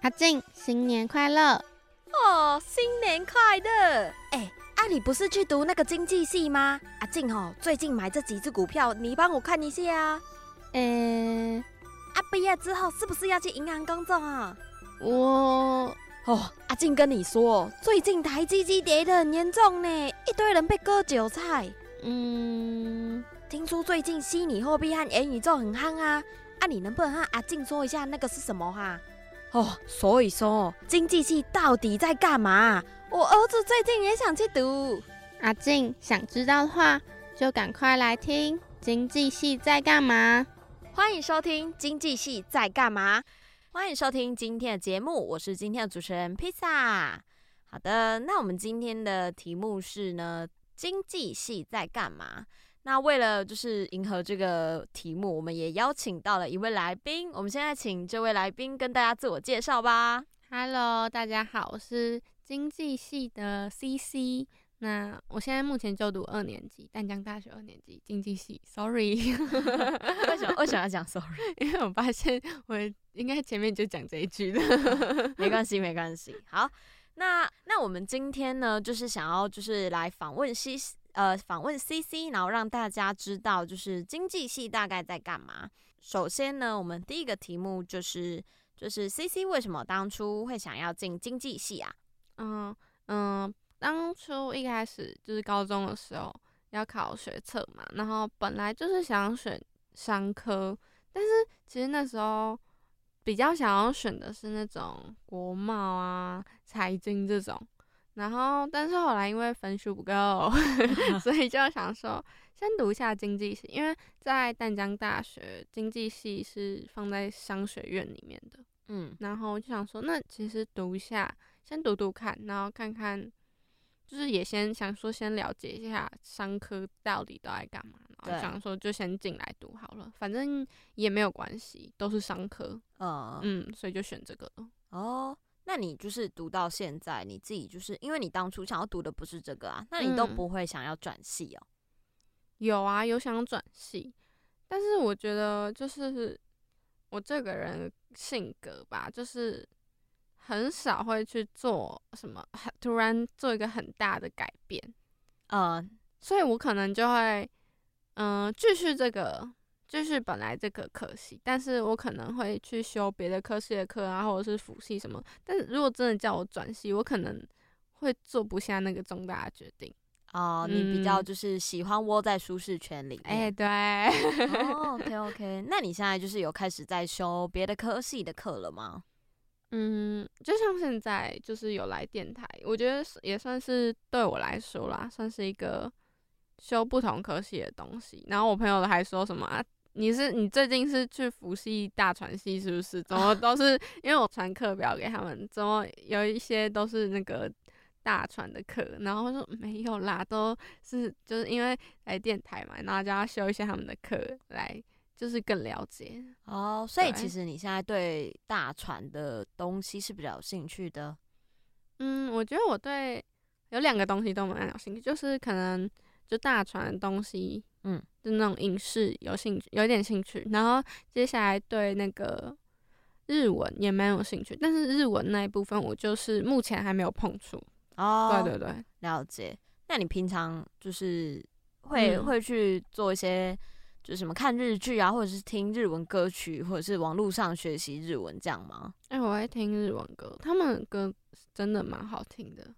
阿静，新年快乐！ 哦，新年快乐！你不是去读那个经济系吗？阿静最近买这几只股票，你帮我看一下啊。毕业之后是不是要去银行工作啊？阿静跟你说，最近台积机跌得很严重呢，一堆人被割韭菜。听说最近虚拟货币和元宇宙很夯啊，你能不能和阿静说一下那个是什么哈？所以说经济系到底在干嘛？我儿子最近也想去读。 阿静，想知道的话就赶快来听经济系在干嘛。 欢迎收听经济系在干嘛。欢迎收听今天的节目，我是今天的主持人披萨。好的，那我们今天的题目是呢，经济系在干嘛？那为了就是迎合这个题目，我们也邀请到了一位来宾。我们现在请这位来宾跟大家自我介绍吧。 Hello， 大家好，我是经济系的 CC。那我现在目前就读2年级，淡江大学2年级经济系。Sorry， 为什么要讲 sorry？ 因为我发现我应该前面就讲这一句的。 没关系，没关系。好，那我们今天呢，就是想要就是来访问 CC， 然后让大家知道就是经济系大概在干嘛。首先呢，我们第一个题目就是CC 为什么当初会想要进经济系啊？ 当初一开始就是高中的时候要考学测嘛，然后本来就是想选商科，但是其实那时候比较想要选的是那种国贸啊、财经这种，然后但是后来因为分数不够，所以就想说先读一下经济系，因为在淡江大学经济系是放在商学院里面的，然后就想说那其实读一下，先读读看，然后看看。就是也先想说先了解一下商科到底都在干嘛，然后想说就先进来读好了，反正也没有关系，都是商科，所以就选这个了。 那你就是读到现在，你自己就是因为你当初想要读的不是这个啊，那你都不会想要转系哦？ 有啊，有想转系，但是我觉得就是我这个人性格吧，就是很少会去做什么，突然做一个很大的改变，所以我可能就会，继续本来这个科系，但是我可能会去修别的科系的课啊，或者是辅系什么。但是如果真的叫我转系，我可能会做不下那个重大的决定。 你比较就是喜欢窝在舒适圈里面。 对。 OK， 那你现在就是有开始在修别的科系的课了吗？ 就像现在就是有来电台，我觉得也算是对我来说啦，算是一个修不同科系的东西。然后我朋友还说什么你最近是去辅系大传系是不是？怎么都是因为我传课表给他们，怎么有一些都是那个大传的课，然后我说没有啦，都是就是因为来电台嘛，然后就要修一些他们的课来。就是更了解所以其实你现在对大传的东西是比较有兴趣的。 我觉得我对有2个东西都蛮有兴趣，就是可能就大传的东西，就那种影视有点兴趣，然后接下来对那个日文也蛮有兴趣，但是日文那一部分我就是目前还没有碰触。对， 了解。那你平常就是会去做一些。就是什么看日剧啊，或者是听日文歌曲，或者是网络上学习日文这样吗？ 我会听日文歌，他们的歌真的蛮好听的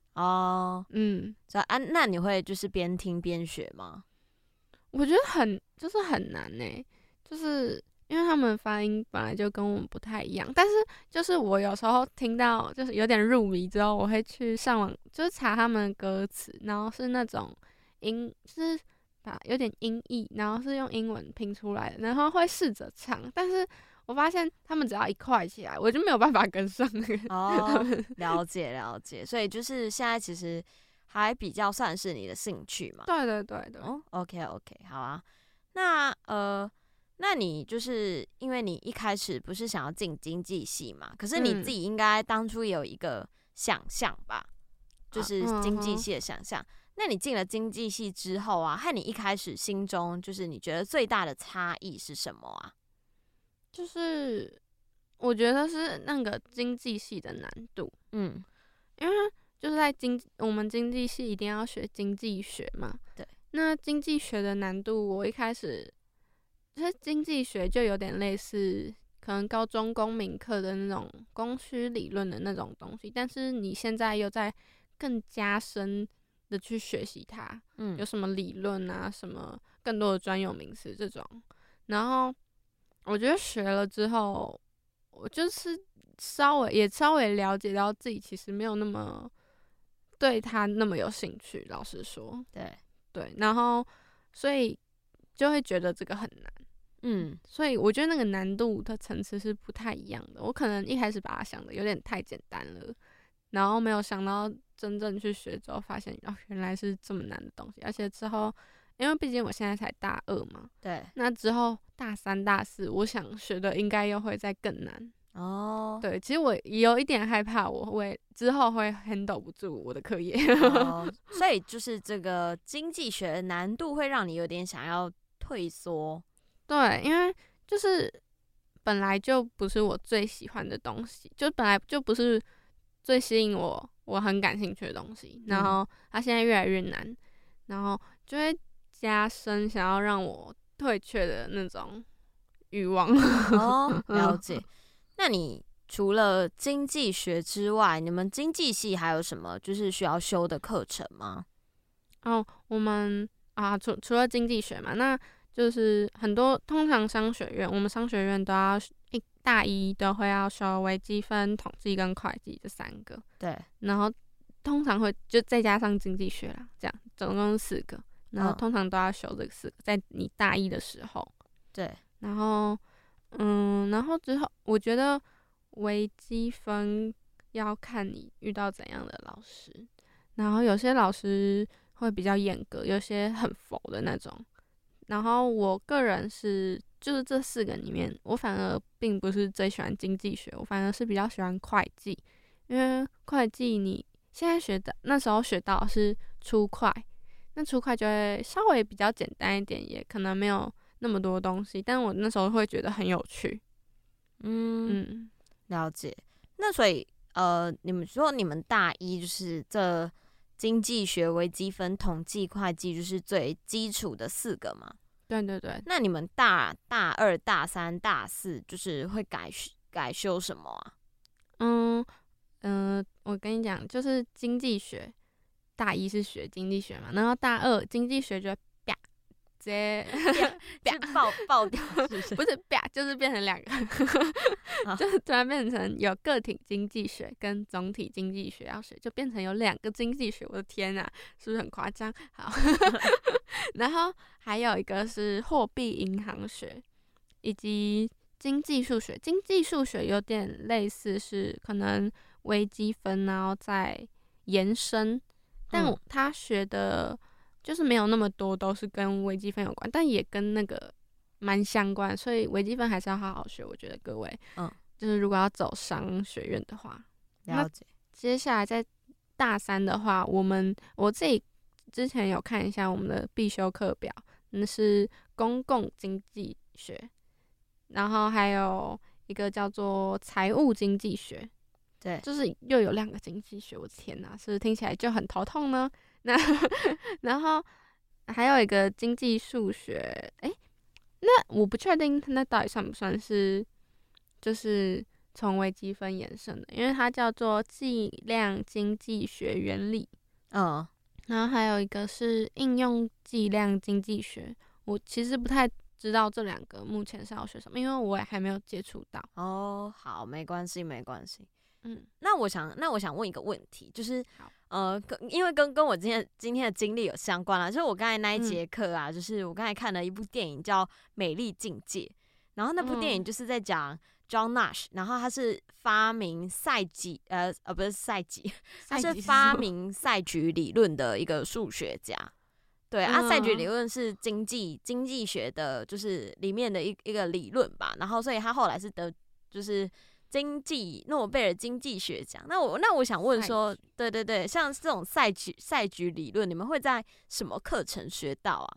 那你会就是边听边学吗？ 我觉得很难就是因为他们发音本来就跟我们不太一样，但是就是我有时候听到就是有点入迷之后，我会去上网就是查他们的歌词，然后是那种就是有点音译，然后是用英文拼出来的，然后会试着唱，但是我发现他们只要一快起来，我就没有办法跟上那个。 了解，所以就是现在其实还比较算是你的兴趣嘛。 对。 OK， 好啊。那你就是因为你一开始不是想要进经济系嘛，可是你自己应该当初也有一个想象吧，就是经济系的想象。那你进了经济系之后啊，和你一开始心中就是你觉得最大的差异是什么啊？ 就是我觉得是那个经济系的难度， 嗯， 因为就是在我们经济系一定要学经济学嘛。 对。 那经济学的难度，我一开始就是经济学就有点类似可能高中公民课的那种供需理论的那种东西，但是你现在又在更加深的去学习它，有什么理论啊，什么更多的专有名词这种。然后我觉得学了之后，我就是稍微了解到自己其实没有那么对它那么有兴趣，老实说。对，然后所以就会觉得这个很难。所以我觉得那个难度的层次是不太一样的。我可能一开始把它想的有点太简单了，然后没有想到真正去学之后，发现原来是这么难的东西。而且之后，因为毕竟我现在才大2嘛， 对， 那之后大3、大4，我想学的应该又会再更难。对，其实我有一点害怕，我会之后会 handle 不住我的课业。 所以就是这个经济学的难度会让你有点想要退缩。 对，因为就是本来就不是我最喜欢的东西，就本来就不是最吸引我很感兴趣的东西，然后它现在越来越难，然后就会加深想要让我退却的那种欲望。 了解。那你除了经济学之外，你们经济系还有什么就是需要修的课程吗？ 我们除了经济学嘛，那就是很多通常我们商学院都要大一都会要修微积分、统计跟会计这3个。 对， 然后通常会就再加上经济学啦，这样总共是4个。然后通常都要修这个4个，在你大一的时候。 对， 然后之后我觉得微积分要看你遇到怎样的老师，然后有些老师会比较严格，有些很佛的那种。然后我个人就是这4个里面，我反而并不是最喜欢经济学，我反而是比较喜欢会计，因为会计你现在那时候学到的是初会，那初会就会稍微比较简单一点，也可能没有那么多东西，但我那时候会觉得很有趣。 了解。那所以你们说你们大一就是这经济学、微积分、统计、会计，就是最基础的4个嘛？ 对对对。 那你们大2、大3、大4，就是会改修什么啊？ 我跟你讲，就是经济学，大一是学经济学嘛，然后大2经济学就直接爆掉，是不是？ 不是就是变成2个，就是突然变成有个体经济学跟总体经济学要学，就变成有2个经济学。我的天啊，是不是很夸张？好，然后还有一个是货币银行学以及经济数学。经济数学有点类似是可能微积分，然后再延伸，但他学的就是没有那么多都是跟微积分有关，但也跟那个蛮相关，所以微积分还是要好好学。我觉得各位，就是如果要走商学院的话， 了解。 接下来在大3的话，我自己之前有看一下我们的必修课表，那是公共经济学，然后还有一个叫做财务经济学。 对， 就是又有2个经济学，我的天哪，是不是听起来就很头痛呢？那然后还有一个经济数学，那我不确定那到底算不算是就是从微积分延伸的，因为它叫做计量经济学原理。然后还有一个是应用计量经济学，我其实不太知道这2个目前是要学什么，因为我也还没有接触到。 好，没关系。那我想问一个问题，就是因为跟我今天的经历有相关啦，就是我刚才那一节课啊，就是我刚才看了一部电影叫《美丽境界》，然后那部电影就是在讲 John Nash， 然后他是发明不是赛局，他是发明赛局理论的一个数学家。对赛局理论是经济学的，就是里面的一个理论吧。然后所以他后来是得就是诺贝尔经济学奖。那我想问说，对，像这种赛局理论，你们会在什么课程学到啊？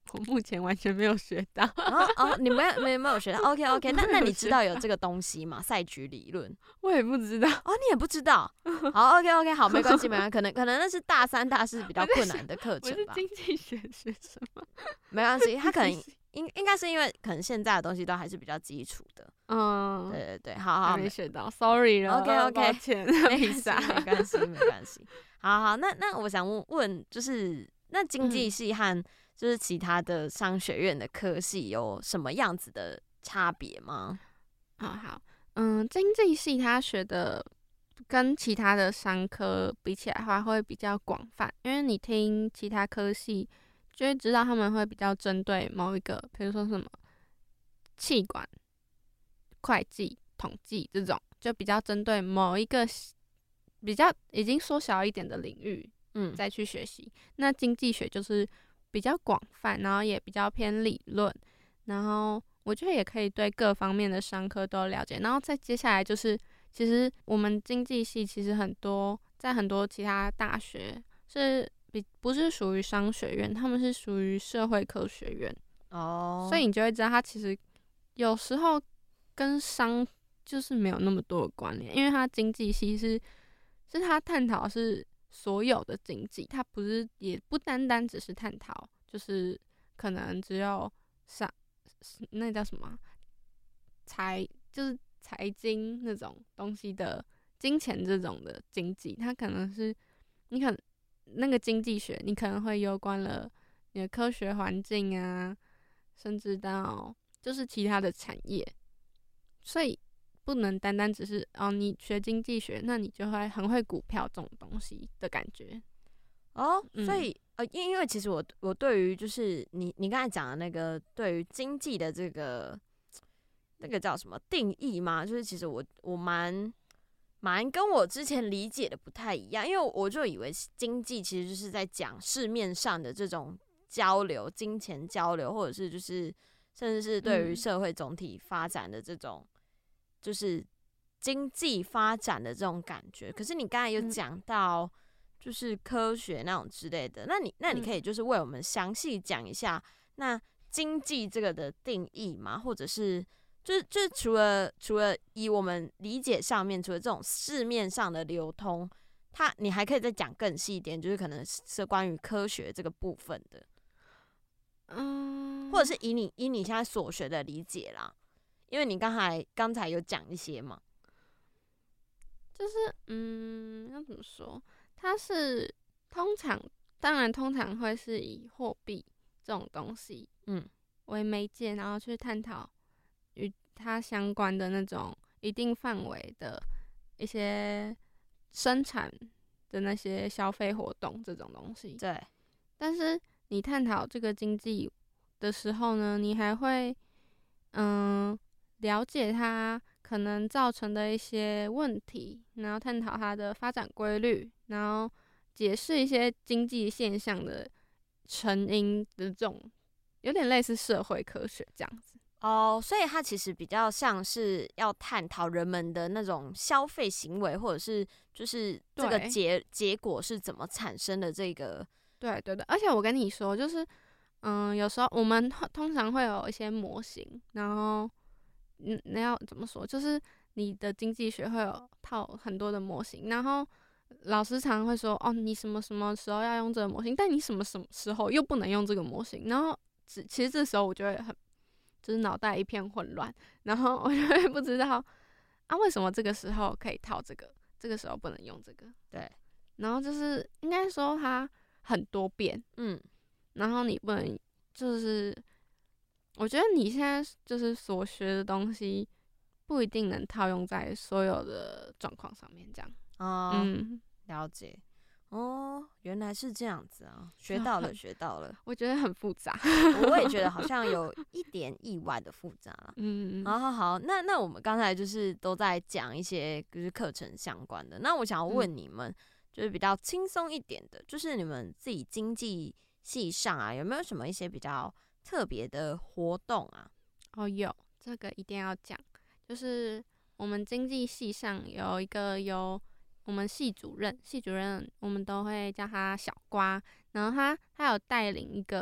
我目前完全没有学到。 你没有学到 ？OK， 那你知道有这个东西吗？赛局理论？ 我也不知道。 你也不知道？好 ，OK， 好，没关系，可能那是大3、大4比较困难的课程吧。 我是经济学学什么？ 没关系，他可能应该是因为可能现在的东西都还是比较基础的。对，好， 没学到 ，sorry 了。 OK， 抱歉， 没关系。好，那我想问，就是那经济系和就是其他的商学院的科系有什么样子的差别吗？ 好，经济系他学的跟其他的商科比起来的话，会比较广泛，因为你听其他科系就会知道他们会比较针对某一个，比如说什么企管、会计、统计这种，就比较针对某一个比较已经缩小一点的领域，再去学习。那经济学就是比较广泛，然后也比较偏理论，然后我觉得也可以对各方面的商科都了解。然后再接下来就是，其实我们经济系其实在很多其他大学是不是属于商学院，他们是属于社会科学院。所以你就会知道它其实有时候跟商就是没有那么多的关联，因为它经济系是它探讨是所有的经济，它也不单单只是探讨，就是可能只有那叫什么就是财经那种东西的金钱这种的经济，它可能是你可能那个经济学，你可能会攸关了你的科学环境啊，甚至到就是其他的产业，所以不能单单只是你学经济学，那你就会很会股票这种东西的感觉。 所以因为其实我对于就是你刚才讲的那个对于经济的这个那个叫什么定义嘛，就是其实我蛮跟我之前理解的不太一样，因为我就以为经济其实就是在讲市面上的这种交流、金钱交流，或者是就是甚至是对于社会总体发展的这种。就是经济发展的这种感觉，可是你刚才有讲到就是科学那种之类的，那你可以就是为我们详细讲一下那经济这个的定义吗？或者是就是除了以我们理解上面，除了这种市面上的流通，你还可以再讲更细一点，就是可能是关于科学这个部分的，或者是以你现在所学的理解啦。因为你刚才有讲一些嘛， 就是要怎么说？它是当然通常会是以货币这种东西为媒介，然后去探讨与它相关的那种一定范围的一些生产的那些消费活动这种东西。 对， 但是你探讨这个经济的时候呢，你还会了解它可能造成的一些问题，然后探讨它的发展规律，然后解释一些经济现象的成因的这种，有点类似社会科学这样子。 所以它其实比较像是要探讨人们的那种消费行为，或者是就是这个结果是怎么产生的这个。 对，而且我跟你说，就是有时候我们通常会有一些模型，然后那要怎么说？就是你的经济学会有套很多的模型，然后老师常会说，你什么什么时候要用这个模型，但你什么时候又不能用这个模型，然后其实这时候我就会就是脑袋一片混乱，然后我就会不知道为什么这个时候可以套这个，这个时候不能用这个。 对， 然后就是应该说它很多变，然后你不能就是我觉得你现在就是所学的东西不一定能套用在所有的状况上面，这样。 了解。原来是这样子啊，学到了。 我觉得很复杂， 我也觉得好像有一点意外的复杂啦。好，那我们刚才就是都在讲一些就是课程相关的，那我想要问你们，就是比较轻松一点的，就是你们自己经济系上啊，有没有什么一些比较特别的活动啊？ 有，这个一定要讲，就是我们经济系上有一个我们系主任我们都会叫他小瓜，然后他有带领一个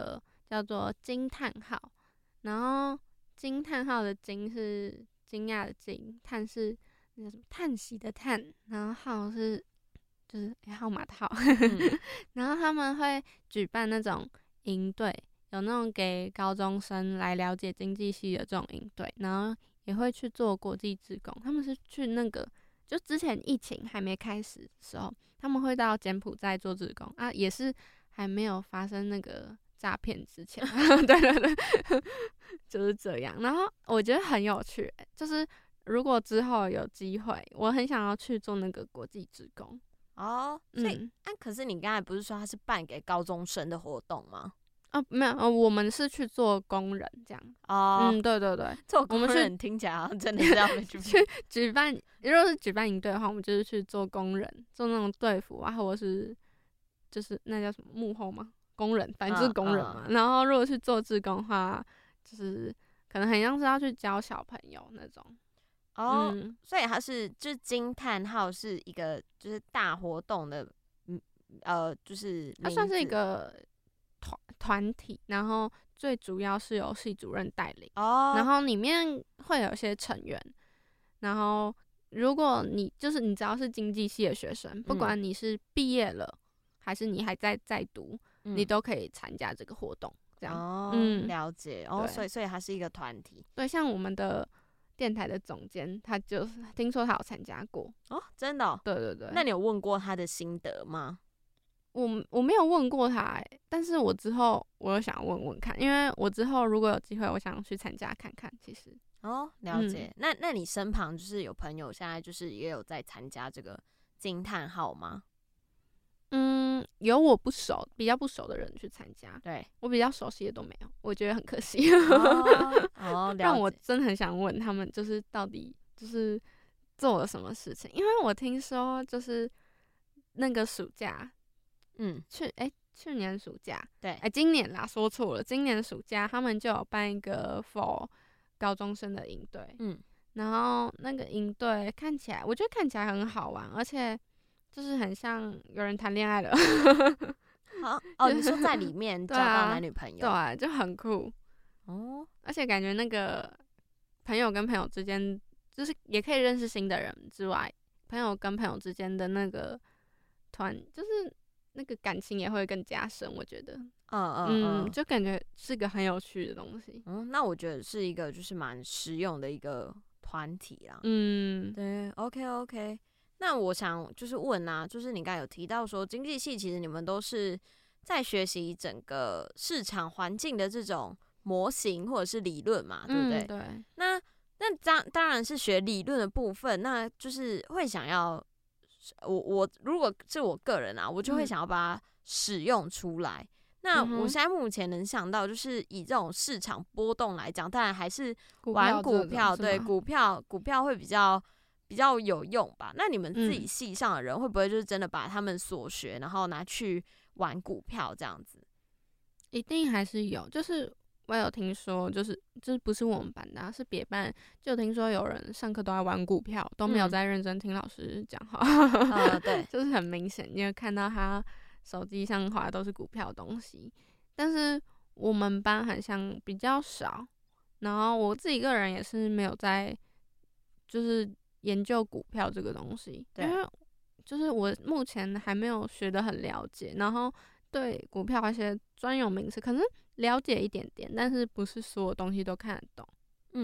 叫做惊叹号，然后惊叹号的惊是惊讶的惊，叹是那个什么叹息的叹，然后号是就是号码的号，然后他们会举办那种营队，有那种给高中生来了解经济系的这种营队，然后也会去做国际志工。他们是去那个就之前疫情还没开始的时候，他们会到柬埔寨做志工啊，也是还没有发生那个诈骗之前，对对对，就是这样。然后我觉得很有趣，就是如果之后有机会，我很想要去做那个国际志工。 哦，所以可是你刚才不是说他是办给高中生的活动吗？ 没有，我们是去做工人这样。对对对， 做工人听起来好像真的是要去举办，如果是举办营队的话，我们就是去做工人，做那种队服啊，或者是就是那叫什么幕后吗？工人，反正就是工人嘛。然后如果去做志工的话，就是可能很像是要去教小朋友那种。 所以它是就是惊叹号是一个就是大活动的，就是它算是一个团体，然后最主要是由系主任带领，然后里面会有一些成员，然后如果你就是你只要是经济系的学生，不管你是毕业了还是你还在读，你都可以参加这个活动，这样。 了解。所以它是一个团体。 对，像我们的电台的总监，他就是听说他有参加过。 真的？ 对对对。 那你有问过他的心得吗？ 我没有问过他，但是我之后我有想问问看，因为我之后如果有机会，我想去参加看看。其实了解。那你身旁就是有朋友现在就是也有在参加这个惊叹号吗？ 有我比较不熟的人去参加， 对， 我比较熟悉的都没有，我觉得很可惜。让我真的很想问他们，就是到底就是做了什么事情？因为我听说就是那个暑假，去年暑假， 对， 今年啦，说错了，今年暑假他们就有办一个 for 高中生的营队，然后那个营队我觉得看起来很好玩，而且就是很像有人谈恋爱了。 你说在里面交到男女朋友， 对，就很酷。而且感觉那个朋友跟朋友之间，就是也可以认识新的人之外，朋友跟朋友之间的那个就是那个感情也会更加深，我觉得。就感觉是个很有趣的东西。 那我觉得是一个就是蛮实用的一个团体啦。对 ，OK。那我想就是问啊，就是你刚才有提到说经济系其实你们都是在学习整个市场环境的这种模型或者是理论嘛，对不对？ 对。 那当然是学理论的部分，那就是会想要我如果是我个人啊，我就会想要把它使用出来。那我现在目前能想到，就是以这种市场波动来讲，当然还是玩股票，对，股票会比较有用吧。那你们自己系上的人会不会就是真的把他们所学，然后拿去玩股票这样子？ 一定还是有，就是我有听说，就是不是我们班的，是别班，就听说有人上课都在玩股票，都没有在认真听老师讲话。对，就是很明显，你会看到他手机上滑的都是股票的东西，但是我们班好像比较少。然后我自己个人也是没有在就是研究股票这个东西，因为就是我目前还没有学得很了解，然后对股票一些专有名词可能了解一点点，但是不是所有东西都看得懂。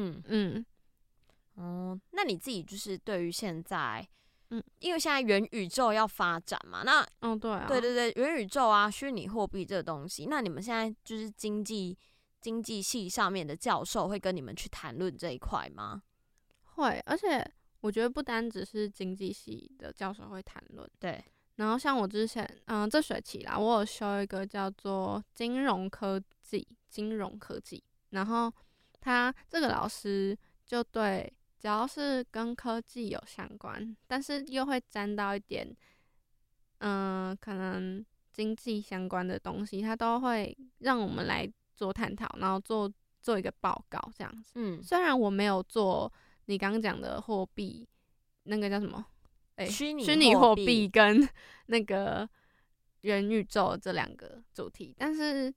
那你自己就是对于现在，因为现在元宇宙要发展嘛，那对啊， 对，元宇宙啊，虚拟货币这个东西，那你们现在就是经济系上面的教授会跟你们去谈论这一块吗？ 会，而且我觉得不单只是经济系的教授会谈论， 对。 然后像我之前，这学期啦，我有修一个叫做金融科技，然后他这个老师就对只要是跟科技有相关，但是又会沾到一点，可能经济相关的东西，他都会让我们来做探讨，然后做一个报告这样子。虽然我没有做你刚刚讲的货币，那个叫什么？虚拟货币跟那个元宇宙这两个主题，但是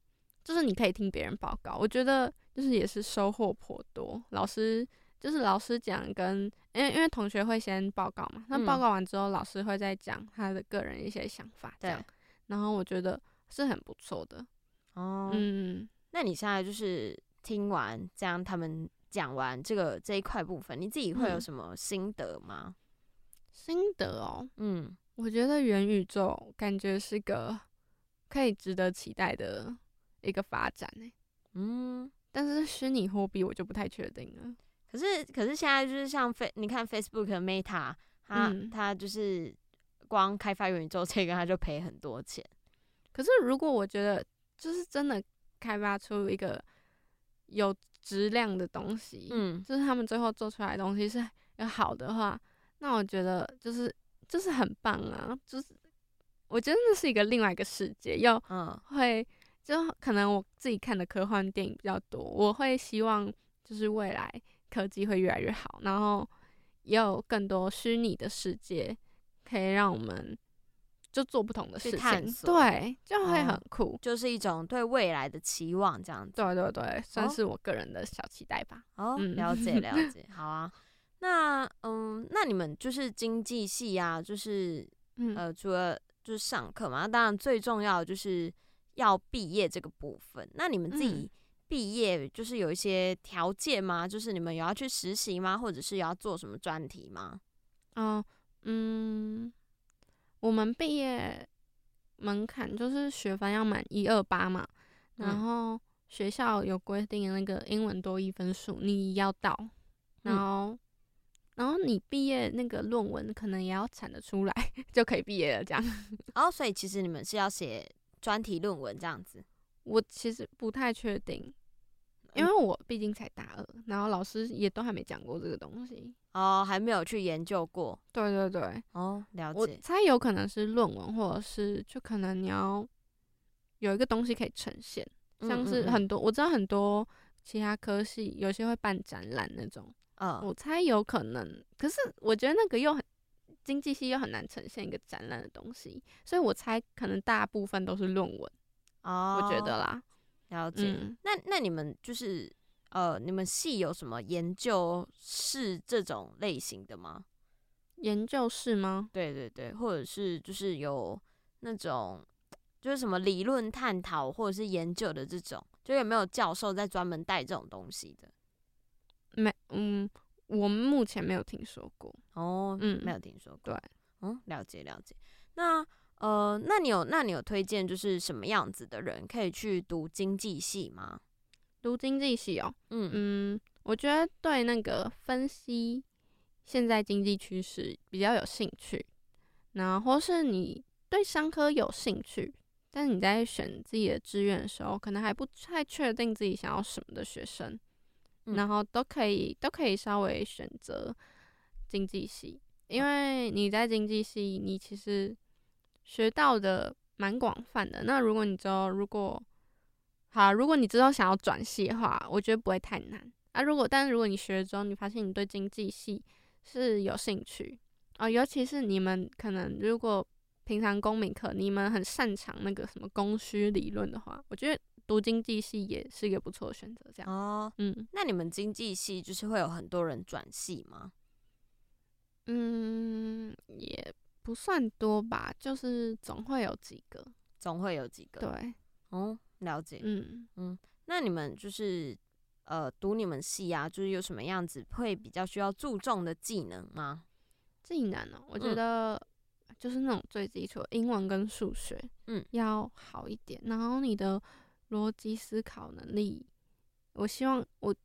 就是你可以听别人报告，我觉得就是也是收获颇多。老师讲跟因为同学会先报告嘛，那报告完之后，老师会再讲他的个人一些想法，这样，然后我觉得是很不错的。 哦，那你现在就是听完这样他们讲完这一块部分，你自己会有什么心得吗？ 心得哦，我觉得元宇宙感觉是个可以值得期待的一个发展但是虚拟货币我就不太确定了。 可是现在就是像你看 Facebook 的 Meta， 它就是光开发元宇宙这个，它就赔很多钱。 可是如果我觉得就是真的开发出一个有质量的东西，就是他们最后做出来的东西是好的话，那我觉得就是很棒啊！就是我觉得那是一个另外一个世界，就可能我自己看的科幻电影比较多，我会希望就是未来科技会越来越好，然后也有更多虚拟的世界可以让我们就做不同的事情，对，就会很酷， 就是一种对未来的期望这样子。 对对对，算是我个人的小期待吧。 了解了解，好啊。那那你们就是经济系啊，就是除了就是上课嘛，当然最重要的就是要毕业这个部分。那你们自己毕业就是有一些条件吗？就是你们有要去实习吗？或者是有要做什么专题吗？ 我们毕业门槛就是学分要满128嘛，然后学校有规定的那个英文多益分数你要到，然后你毕业那个论文可能也要产得出来就可以毕业了这样。 所以其实你们是要写专题论文这样子？ 我其实不太确定，因为我毕竟才大2，然后老师也都还没讲过这个东西。 还没有去研究过。 对对对。 了解。 我猜有可能是论文，或者是就可能你要有一个东西可以呈现，像是很多我知道很多其他科系有些会办展览那种。我猜有可能，可是我觉得那个经济系又很难呈现一个展览的东西，所以我猜可能大部分都是论文。我觉得啦。 了解。那你们就是你们系有什么研究室这种类型的吗？ 研究室吗？ 对对对，或者是就是有那种就是什么理论探讨或者是研究的这种，就有没有教授在专门带这种东西的？ 我们目前没有听说过。 没有听说过。 对。 了解了解。那你有推荐就是什么样子的人可以去读经济系吗？ 读经济系我觉得对那个分析现在经济趋势比较有兴趣，然后或是你对商科有兴趣，但是你在选自己的志愿的时候，可能还不太确定自己想要什么的学生，然后都可以稍微选择经济系，因为你在经济系你其实学到的蛮广泛的。那如果你之后想要转系的话，我觉得不会太难但是如果你学了之后，你发现你对经济系是有兴趣尤其是你们可能如果平常公民课你们很擅长那个什么供需理论的话，我觉得读经济系也是一个不错的选择。这样那你们经济系就是会有很多人转系吗？ 也不算多吧，就是总会有几个。 对。了解。那你们就是读你们系啊，就是有什么样子会比较需要注重的技能吗？ 技能我觉得就是那种最基础的英文跟数学要好一点，然后你的逻辑思考能力，我希望我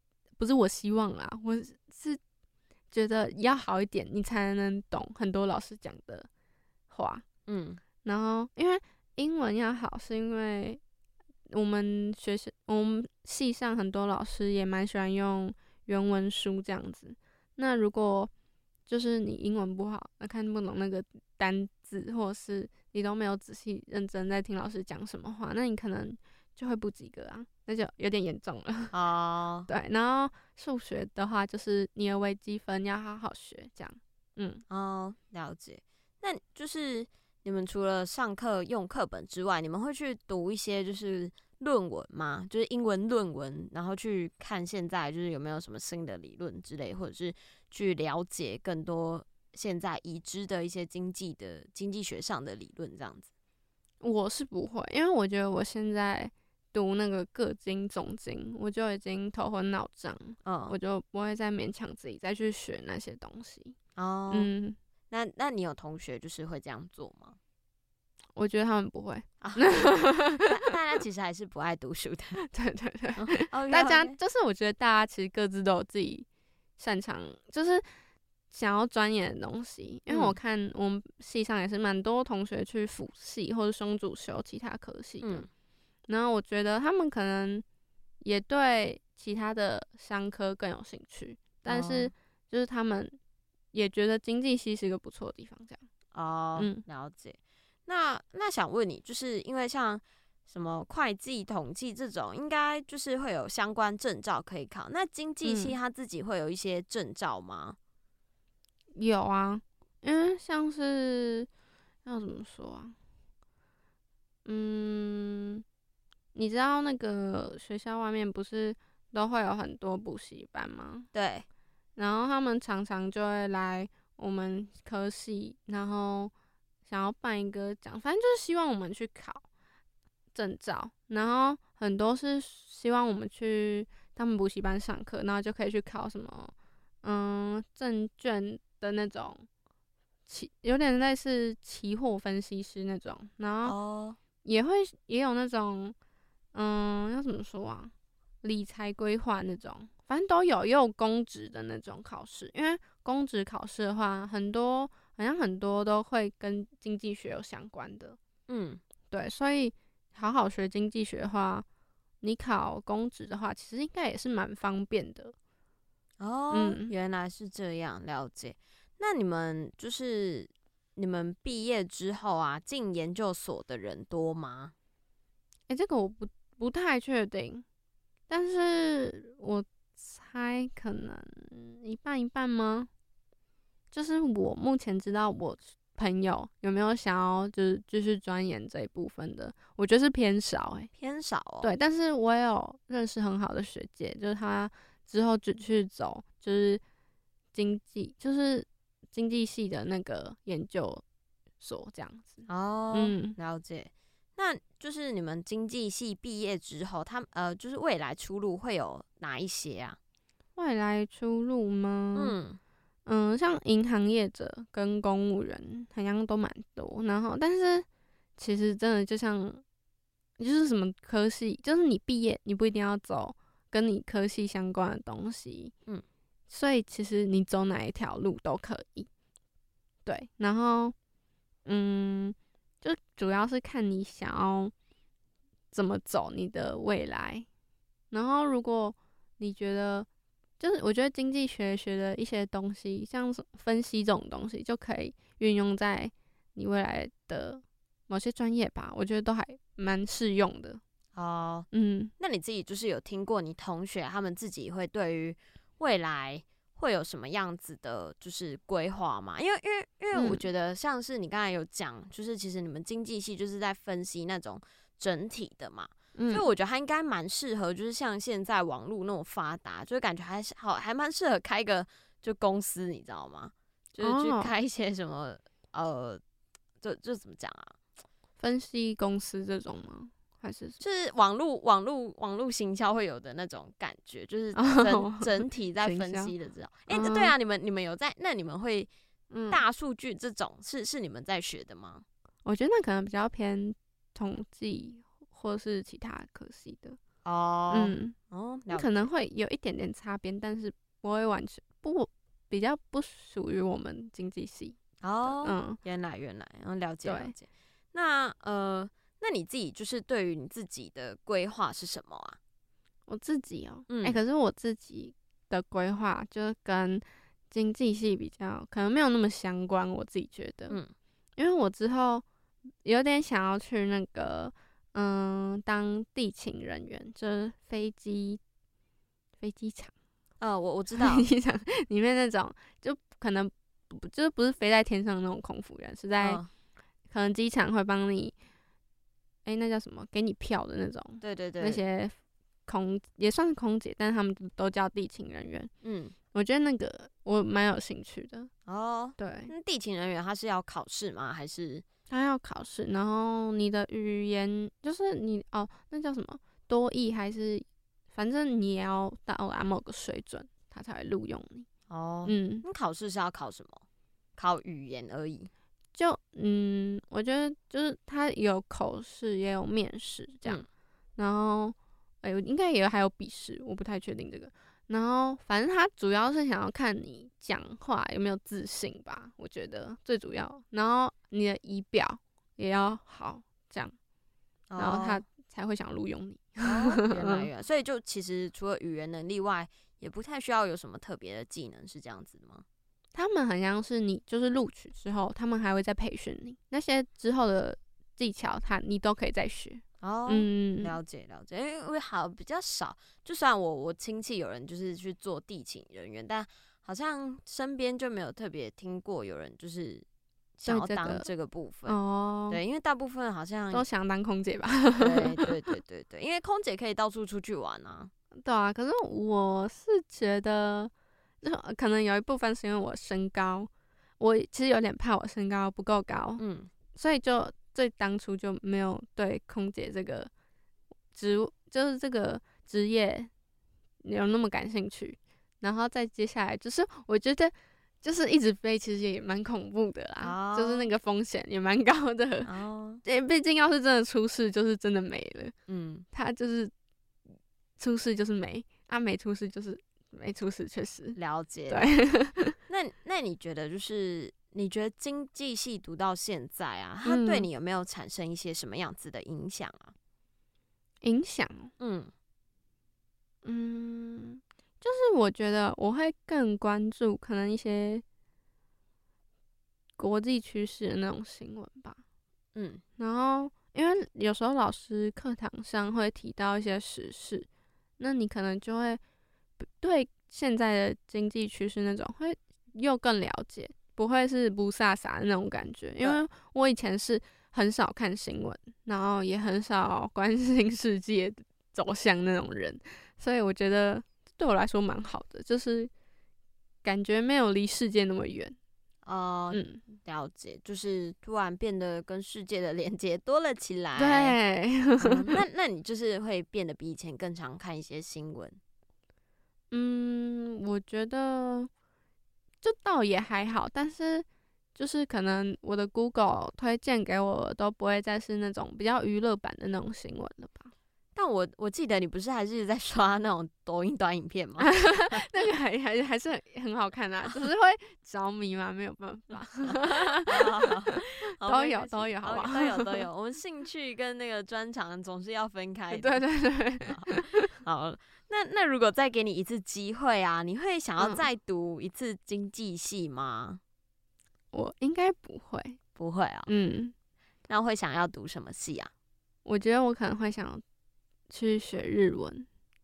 是觉得要好一点，你才能懂很多老师讲的话。然后因为英文要好，是因为我们系上很多老师也蛮喜欢用原文书这样子。那如果就是你英文不好，看不懂那个单字，或者是你都没有仔细认真在听老师讲什么话，那你可能就会不及格啊，那就有点严重了。对，然后数学的话，就是你的微积分要好好学，这样。 了解。那就是你们除了上课用课本之外，你们会去读一些就是论文吗？就是英文论文，然后去看现在就是有没有什么新的理论之类，或者是去了解更多现在已知的一些经济学上的理论这样子。 我是不会，因为我觉得我现在读那个个经总经，我就已经头昏脑胀，我就不会再勉强自己再去学那些东西。 哦，那你有同学就是会这样做吗？ 我觉得他们不会啊， 大家其实还是不爱读书的。 对对对，大家就是我觉得大家其实各自都有自己擅长，就是想要钻研的东西。因为我看我们系上也是蛮多同学去辅系或者双主修其他科系的，然后我觉得他们可能也对其他的商科更有兴趣，但是就是他们也觉得经济系是一个不错的地方，这样。 了解。那想问你，就是因为像什么会计、统计这种，应该就是会有相关证照可以考。那经济系他自己会有一些证照吗？ 有啊，因为像是要怎么说啊？你知道那个学校外面不是都会有很多补习班吗？ 对。 然后他们常常就会来我们科系，然后想要办一个奖，反正就是希望我们去考证照，然后很多是希望我们去他们补习班上课，然后就可以去考什么证券的那种有点类似期货分析师那种，然后也有那种要怎么说啊，理财规划那种，反正都有，也有公职的那种考试。因为公职考试的话，好像很多都会跟经济学有相关的。对，所以好好学经济学的话，你考公职的话，其实应该也是蛮方便的。 原来是这样，了解。那你们毕业之后啊，进研究所的人多吗？ 这个我不太确定，但是我猜可能一半一半吗？就是我目前知道我朋友有没有想要就是继续钻研这一部分的，我觉得是偏少偏少哦。 对，但是我也有认识很好的学姐，就是她之后只去走就是经济系的那个研究所这样子。 了解。那就是你们经济系毕业之后，就是未来出路会有哪一些啊？ 未来出路吗？像银行业者跟公务员好像都蛮多，然后但是其实真的就是什么科系，就是你毕业你不一定要走跟你科系相关的东西，所以其实你走哪一条路都可以。对，然后就主要是看你想要怎么走你的未来，然后如果你觉得就是我觉得经济学的一些东西，像分析这种东西，就可以运用在你未来的某些专业吧，我觉得都还蛮适用的。 那你自己就是有听过你同学他们自己会对于未来会有什么样子的，就是规划吗？因为我觉得像是你刚才有讲，就是其实你们经济系就是在分析那种整体的嘛。所以我觉得他应该蛮适合，就是像现在网络那种发达，就是感觉还蛮适合开个就公司，你知道吗？就是去开一些什么就怎么讲啊？ 分析公司这种吗？还是就是网络行销会有的那种感觉，就是整体在分析的这种。对啊，你们有在？那你们会大数据这种是你们在学的吗？ 我觉得那可能比较偏统计。或是其他科系的可能会有一点点差别，但是不会完全比较不属于我们经济系。 原来，了解。那你自己就是对于你自己的规划是什么啊？ 我自己可是我自己的规划就跟经济系比较可能没有那么相关，我自己觉得，因为我之后有点想要去那个。当地勤人员，就是飞机场。 我知道， 飞机场里面那种，就可能就是不是飞在天上那种空服员，是在可能机场会帮你那叫什么，给你票的那种， 对对对， 那些也算是空姐，但是他们都叫地勤人员。我觉得那个我蛮有兴趣的。 哦， 对， 那地勤人员他是要考试吗？还是他要考试，然后你的语言就是那叫什么多益还是，反正你也要到达某个水准，他才会录用你。 那考试是要考什么？考语言而已。 我觉得就是他有口试也有面试这样，然后应该也还有笔试，我不太确定这个。然后反正他主要是想要看你讲话有没有自信吧，我觉得最主要。然后你的仪表也要好，这样，然后他才会想录用你。 原来，所以就其实除了语言能力外，也不太需要有什么特别的技能，是这样子的吗？ 他们很像是你就是录取之后，他们还会再培训你，那些之后的技巧你都可以再学。 了解了解，因为比较少，就算我亲戚有人就是去做地勤人员，但好像身边就没有特别听过有人就是想要当这个部分。对，因为大部分好像都想当空姐吧。 对，因为空姐可以到处出去玩啊。 对啊，可是我是觉得，就可能有一部分是因为我身高，我其实有点怕我身高不够高，所以就当初就没有对空姐这个就是这个职业有那么感兴趣。然后再接下来就是我觉得就是一直飞其实也蛮恐怖的啦，就是那个风险也蛮高的。毕竟要是真的出事就是真的没了。他就是出事就是没没出事就是没出事，确实了解。 对。 那你觉得就是你觉得经济系读到现在啊，它对你有没有产生一些什么样子的影响啊？ 影响？就是我觉得我会更关注可能一些国际趋势的那种新闻吧。然后因为有时候老师课堂上会提到一些时事，那你可能就会对现在的经济趋势那种会又更了解，不会是不飒飒的那种感觉。因为我以前是很少看新闻，然后也很少关心世界走向那种人，所以我觉得对我来说蛮好的，就是感觉没有离世界那么远。 了解，就是突然变得跟世界的连接多了起来。 对。 那你就是会变得比以前更常看一些新闻？ 我觉得就倒也还好，但是就是可能我的 Google 推荐给我都不会再是那种比较娱乐版的那种新闻了吧。 但我记得你不是还是在刷那种抖音短影片吗？ 那个还是很好看啊，只是会着迷嘛，没有办法。都有，好不好？ 都有。我们兴趣跟那个专长总是要分开的。 对。 好，那如果再给你一次机会啊，你会想要再读一次经济系吗？ 我应该不会。 不会啊。那会想要读什么系啊？ 我觉得我可能会想去学日文，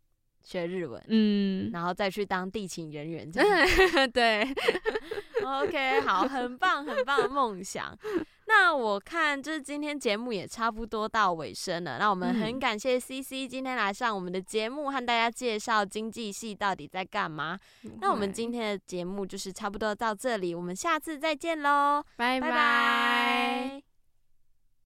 然后再去当地勤人员这样。对。 OK， 好，很棒的梦想。那我看就是今天节目也差不多到尾声了，那我们很感谢 CC 今天来上我们的节目，和大家介绍经济系到底在干嘛。那我们今天的节目就是差不多到这里，我们下次再见咯， 拜拜。